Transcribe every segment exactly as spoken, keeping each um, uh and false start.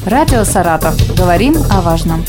Радио «Саратов». Говорим о важном.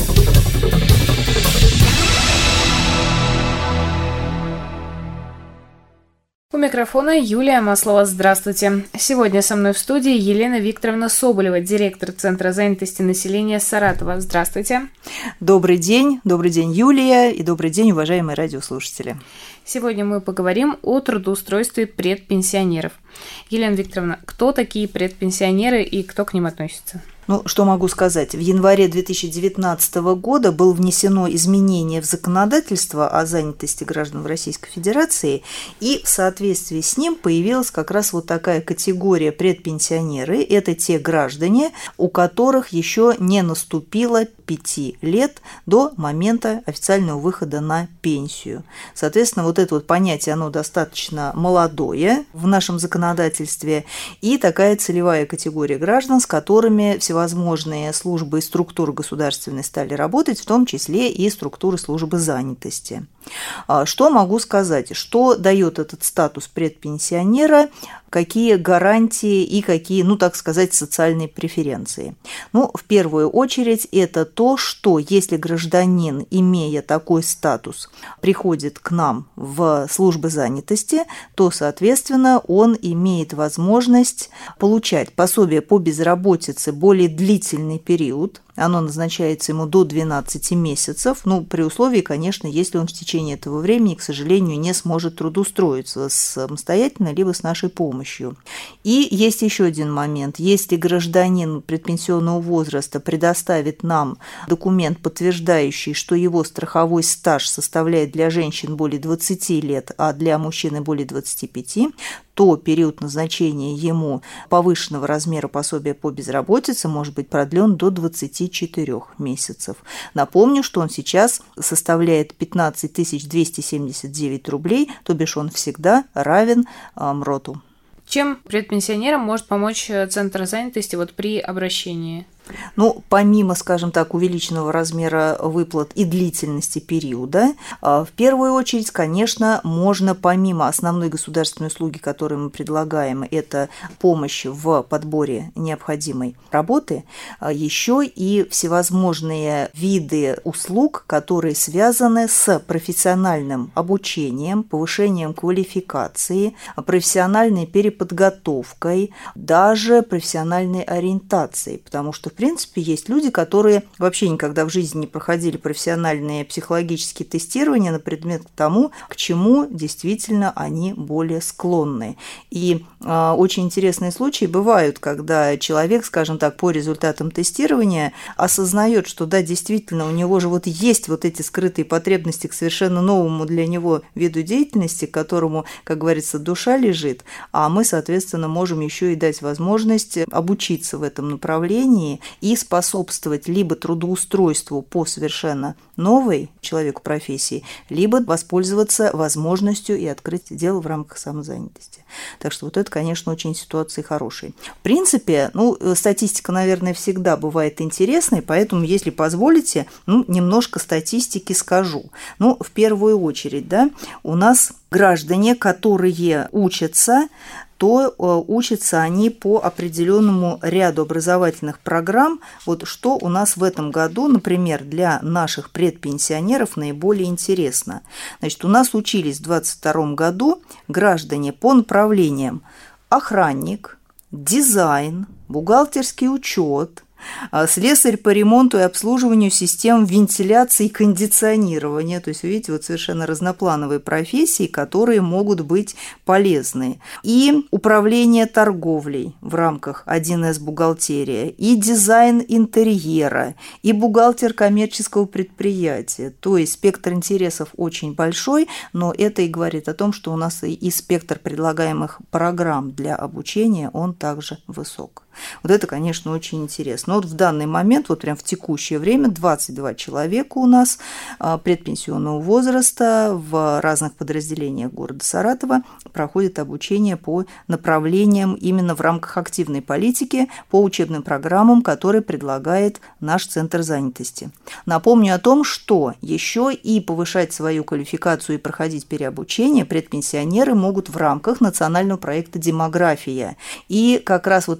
У микрофона Юлия Маслова. Здравствуйте. Сегодня со мной в студии Елена Викторовна Соболева, директор Центра занятости населения Саратова. Здравствуйте. Добрый день. Добрый день, Юлия. И добрый день, уважаемые радиослушатели. Сегодня мы поговорим о трудоустройстве предпенсионеров. Елена Викторовна, кто такие предпенсионеры и кто к ним относится? Ну, что могу сказать? В январе две тысячи девятнадцатого года было внесено изменение в законодательство о занятости граждан в Российской Федерации, и в соответствии с ним появилась как раз вот такая категория предпенсионеры. Это те граждане, у которых еще не наступило пяти лет до момента официального выхода на пенсию. Соответственно, вот это вот понятие, оно достаточно молодое в нашем законодательстве, и такая целевая категория граждан, с которыми всего возможные службы и структуры государственные стали работать, в том числе и структуры службы занятости. Что могу сказать? Что дает этот статус предпенсионера, какие гарантии и какие, ну, так сказать, социальные преференции? Ну, в первую очередь, это то, что если гражданин, имея такой статус, приходит к нам в службы занятости, то, соответственно, он имеет возможность получать пособие по безработице более длительный период. Оно назначается ему до двенадцати месяцев, ну, при условии, конечно, если он в течение этого времени, к сожалению, не сможет трудоустроиться самостоятельно, либо с нашей помощью. И есть еще один момент. Если гражданин предпенсионного возраста предоставит нам документ, подтверждающий, что его страховой стаж составляет для женщин более двадцати лет, а для мужчин более двадцати пяти, то период назначения ему повышенного размера пособия по безработице может быть продлен до двадцати четырёх месяцев. Напомню, что он сейчас составляет пятнадцать тысяч двести семьдесят девять рублей, то бишь он всегда равен МРОТу. Чем предпенсионерам может помочь Центр занятости вот при обращении? Ну, помимо, скажем так, увеличенного размера выплат и длительности периода, в первую очередь, конечно, можно помимо основной государственной услуги, которую мы предлагаем, это помощь в подборе необходимой работы, еще и всевозможные виды услуг, которые связаны с профессиональным обучением, повышением квалификации, профессиональной переподготовкой, даже профессиональной ориентацией, потому что в принципе, есть люди, которые вообще никогда в жизни не проходили профессиональные психологические тестирования на предмет тому, к чему действительно они более склонны. И э, очень интересные случаи бывают, когда человек, скажем так, по результатам тестирования осознает, что да, действительно, у него же вот есть вот эти скрытые потребности к совершенно новому для него виду деятельности, к которому, как говорится, душа лежит, а мы, соответственно, можем еще и дать возможность обучиться в этом направлении и способствовать либо трудоустройству по совершенно новой человеку профессии, либо воспользоваться возможностью и открыть дело в рамках самозанятости. Так что вот это, конечно, очень ситуации хорошие. В принципе, ну, статистика, наверное, всегда бывает интересной, поэтому, если позволите, ну, немножко статистики скажу. Ну, в первую очередь, да, у нас граждане, которые учатся, то учатся они по определенному ряду образовательных программ. Вот что у нас в этом году, например, для наших предпенсионеров наиболее интересно. Значит, у нас учились в двадцать втором году граждане по направлениям охранник, дизайн, бухгалтерский учет, слесарь по ремонту и обслуживанию систем вентиляции и кондиционирования. То есть, видите, вот совершенно разноплановые профессии, которые могут быть полезны. И управление торговлей в рамках один эс бухгалтерия, и дизайн интерьера, и бухгалтер коммерческого предприятия. То есть спектр интересов очень большой, но это и говорит о том, что у нас и спектр предлагаемых программ для обучения, он также высок. Вот это, конечно, очень интересно. Но вот в данный момент, вот прям в текущее время, двадцать два человека у нас предпенсионного возраста в разных подразделениях города Саратова проходит обучение по направлениям именно в рамках активной политики, по учебным программам, которые предлагает наш Центр занятости. Напомню о том, что еще и повышать свою квалификацию и проходить переобучение предпенсионеры могут в рамках национального проекта «Демография». И как раз вот эта категория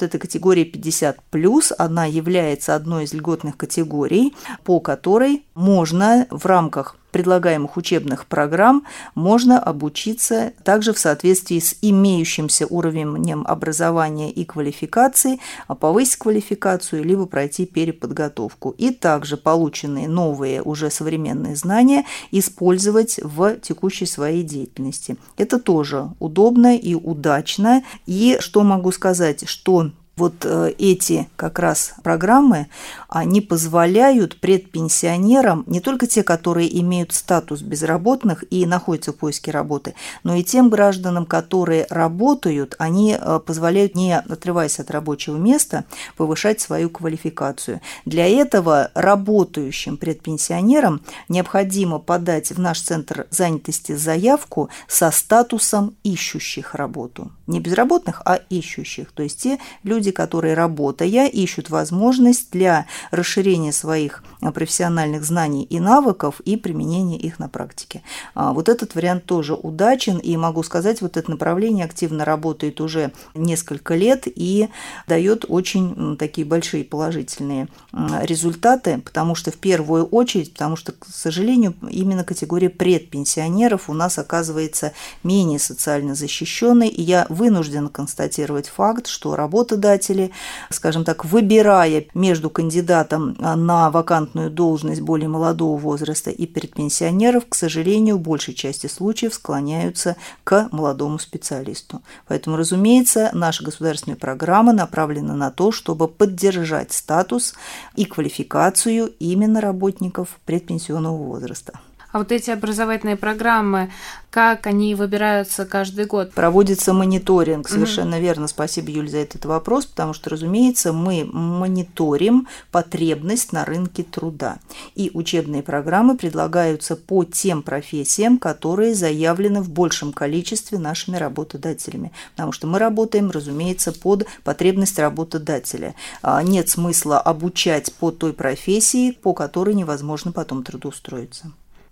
категория пятьдесят плюс, она является одной из льготных категорий, по которой можно в рамках предлагаемых учебных программ можно обучиться также в соответствии с имеющимся уровнем образования и квалификации, повысить квалификацию, либо пройти переподготовку. И также полученные новые уже современные знания использовать в текущей своей деятельности. Это тоже удобно и удачно. И что могу сказать, что вот эти как раз программы, они позволяют предпенсионерам, не только те, которые имеют статус безработных и находятся в поиске работы, но и тем гражданам, которые работают, они позволяют, не отрываясь от рабочего места, повышать свою квалификацию. Для этого работающим предпенсионерам необходимо подать в наш центр занятости заявку со статусом ищущих работу. Не безработных, а ищущих, то есть те люди, которые, работая, ищут возможность для расширения своих профессиональных знаний и навыков и применения их на практике. Вот этот вариант тоже удачен, и могу сказать, вот это направление активно работает уже несколько лет и дает очень такие большие положительные результаты, потому что в первую очередь, потому что, к сожалению, именно категория предпенсионеров у нас оказывается менее социально защищенной, и я вынуждена констатировать факт, что работодатели, скажем так, выбирая между кандидатом на вакантную должность более молодого возраста и предпенсионеров, к сожалению, в большей части случаев склоняются к молодому специалисту. Поэтому, разумеется, наша государственная программа направлена на то, чтобы поддержать статус и квалификацию именно работников предпенсионного возраста. А вот эти образовательные программы, как они выбираются каждый год? Проводится мониторинг, совершенно mm-hmm. верно, спасибо, Юль, за этот вопрос, потому что, разумеется, мы мониторим потребность на рынке труда. И учебные программы предлагаются по тем профессиям, которые заявлены в большем количестве нашими работодателями, потому что мы работаем, разумеется, под потребность работодателя. Нет смысла обучать по той профессии, по которой невозможно потом трудоустроиться.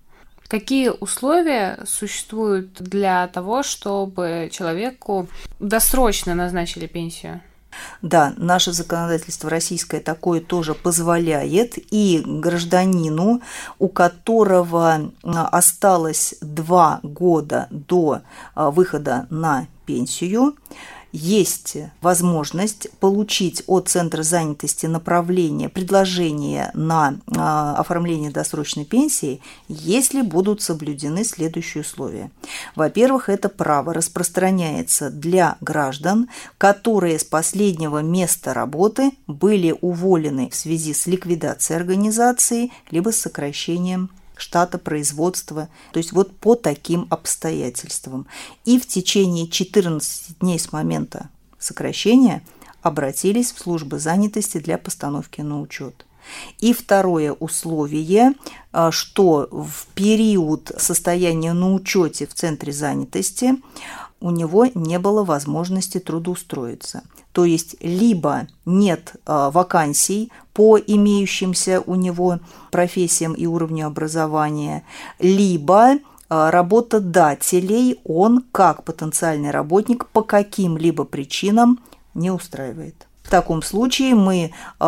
Какие условия существуют для того, чтобы человеку досрочно назначили пенсию? Да, наше законодательство российское такое тоже позволяет, и гражданину, у которого осталось два года до выхода на пенсию, есть возможность получить от Центра занятости направление, предложение на а, оформление досрочной пенсии, если будут соблюдены следующие условия. Во-первых, это право распространяется для граждан, которые с последнего места работы были уволены в связи с ликвидацией организации либо с сокращением штата, производства, то есть вот по таким обстоятельствам. И в течение четырнадцати дней с момента сокращения обратились в службы занятости для постановки на учет. И второе условие, что в период состояния на учете в центре занятости у него не было возможности трудоустроиться. То есть либо нет а, вакансий по имеющимся у него профессиям и уровню образования, либо а, работодателей он как потенциальный работник по каким-либо причинам не устраивает. В таком случае мы,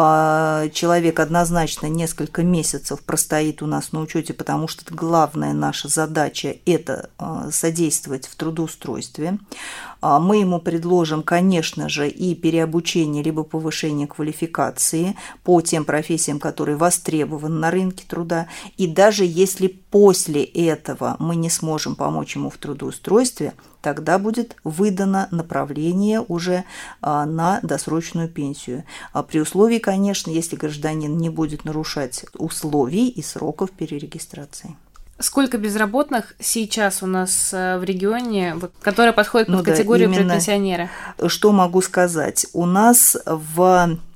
человек однозначно несколько месяцев простоит у нас на учете, потому что главная наша задача – это содействовать в трудоустройстве. Мы ему предложим, конечно же, и переобучение, либо повышение квалификации по тем профессиям, которые востребованы на рынке труда. И даже если после этого мы не сможем помочь ему в трудоустройстве, тогда будет выдано направление уже на досрочную пенсию. При условии, конечно, если гражданин не будет нарушать условий и сроков перерегистрации. Сколько безработных сейчас у нас в регионе, которые подходят под ну категорию да, предпенсионера? Что могу сказать? У нас в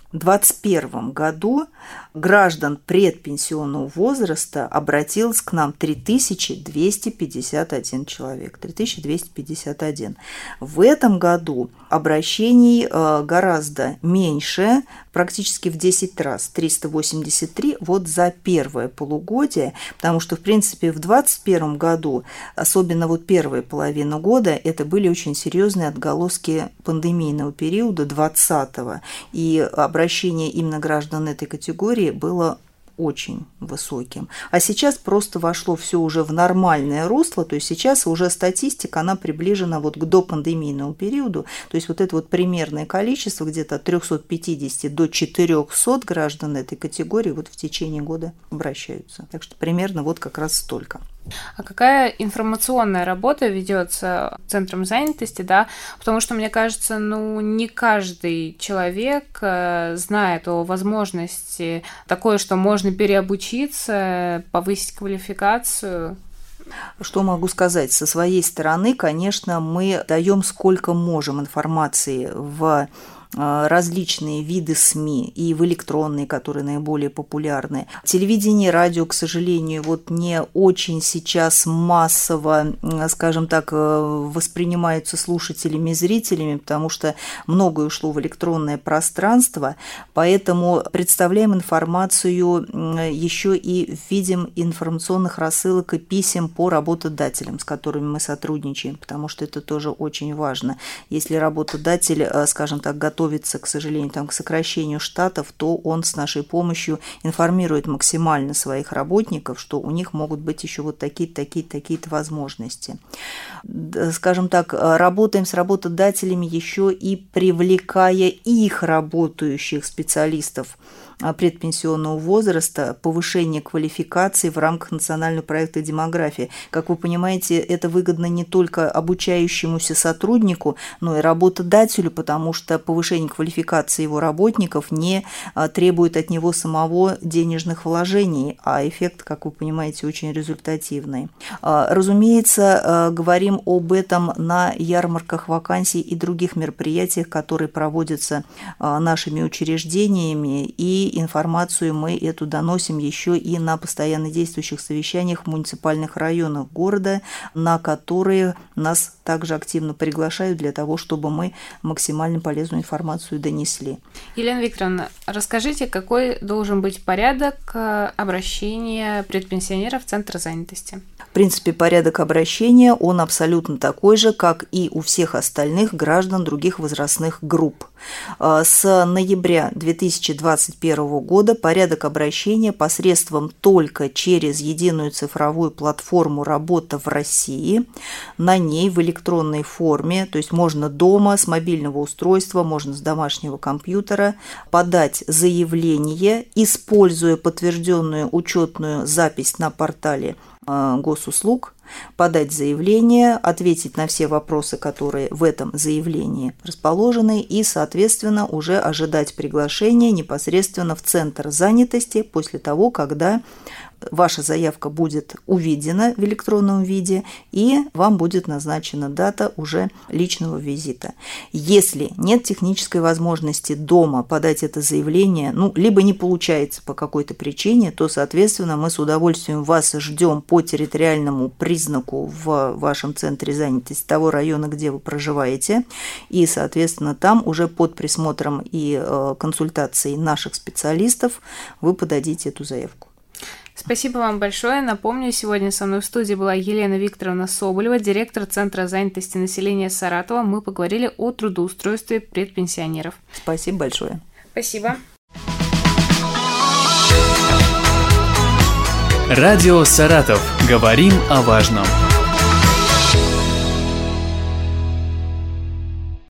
двадцать первом году граждан предпенсионного возраста обратилось к нам три тысячи двести пятьдесят один человек. три тысячи двести пятьдесят один. В этом году обращений гораздо меньше, практически в десять раз, триста восемьдесят три вот за первое полугодие, потому что, в принципе, в двадцать первом году, особенно вот первая половина года, это были очень серьезные отголоски пандемийного периода двадцатого, и обращение именно граждан этой категории было очень высоким. А сейчас просто вошло все уже в нормальное русло, то есть сейчас уже статистика, она приближена вот к допандемийному периоду, то есть вот это вот примерное количество, где-то от трёхсот пятидесяти до четырёхсот граждан этой категории вот в течение года обращаются. Так что примерно вот как раз столько. А какая информационная работа ведется Центром занятости, да? Потому что, мне кажется, ну, не каждый человек знает о возможности такой, что можно переобучиться, повысить квалификацию. Что могу сказать? Со своей стороны, конечно, мы даем сколько можем информации в различные виды СМИ и в электронные, которые наиболее популярны. Телевидение и радио, к сожалению, вот не очень сейчас массово, скажем так, воспринимаются слушателями и зрителями, потому что многое ушло в электронное пространство, поэтому представляем информацию еще и в виде информационных рассылок и писем по работодателям, с которыми мы сотрудничаем, потому что это тоже очень важно. Если работодатель, скажем так, готов готовится, к сожалению, там, к сокращению штатов, то он с нашей помощью информирует максимально своих работников, что у них могут быть еще вот такие-то, такие-то, такие-то возможности. Скажем так, работаем с работодателями еще и привлекая их работающих специалистов предпенсионного возраста, повышение квалификации в рамках национального проекта «Демография». Как вы понимаете, это выгодно не только обучающемуся сотруднику, но и работодателю, потому что повышение квалификации его работников не требует от него самого денежных вложений, а эффект, как вы понимаете, очень результативный. Разумеется, говорим об этом на ярмарках вакансий и других мероприятиях, которые проводятся нашими учреждениями, и информацию мы эту доносим еще и на постоянно действующих совещаниях в муниципальных районах города, на которые нас также активно приглашают для того, чтобы мы максимально полезную информацию донесли. Елена Викторовна, расскажите, какой должен быть порядок обращения предпенсионеров в Центр занятости? В принципе, порядок обращения, он абсолютно такой же, как и у всех остальных граждан других возрастных групп. С ноября две тысячи двадцать первого года порядок обращения посредством только через единую цифровую платформу «Работа в России». На ней в электронной форме, то есть можно дома, с мобильного устройства, можно с домашнего компьютера подать заявление, используя подтвержденную учетную запись на портале госуслуг, подать заявление, ответить на все вопросы, которые в этом заявлении расположены, и, соответственно, уже ожидать приглашения непосредственно в Центр занятости после того, когда ваша заявка будет увидена в электронном виде, и вам будет назначена дата уже личного визита. Если нет технической возможности дома подать это заявление, ну, либо не получается по какой-то причине, то, соответственно, мы с удовольствием вас ждем по территориальному признаку в вашем центре занятости того района, где вы проживаете, и, соответственно, там уже под присмотром и консультацией наших специалистов вы подадите эту заявку. Спасибо вам большое. Напомню, сегодня со мной в студии была Елена Викторовна Соболева, директор Центра занятости населения Саратова. Мы поговорили о трудоустройстве предпенсионеров. Спасибо большое. Спасибо. Радио «Саратов». Говорим о важном.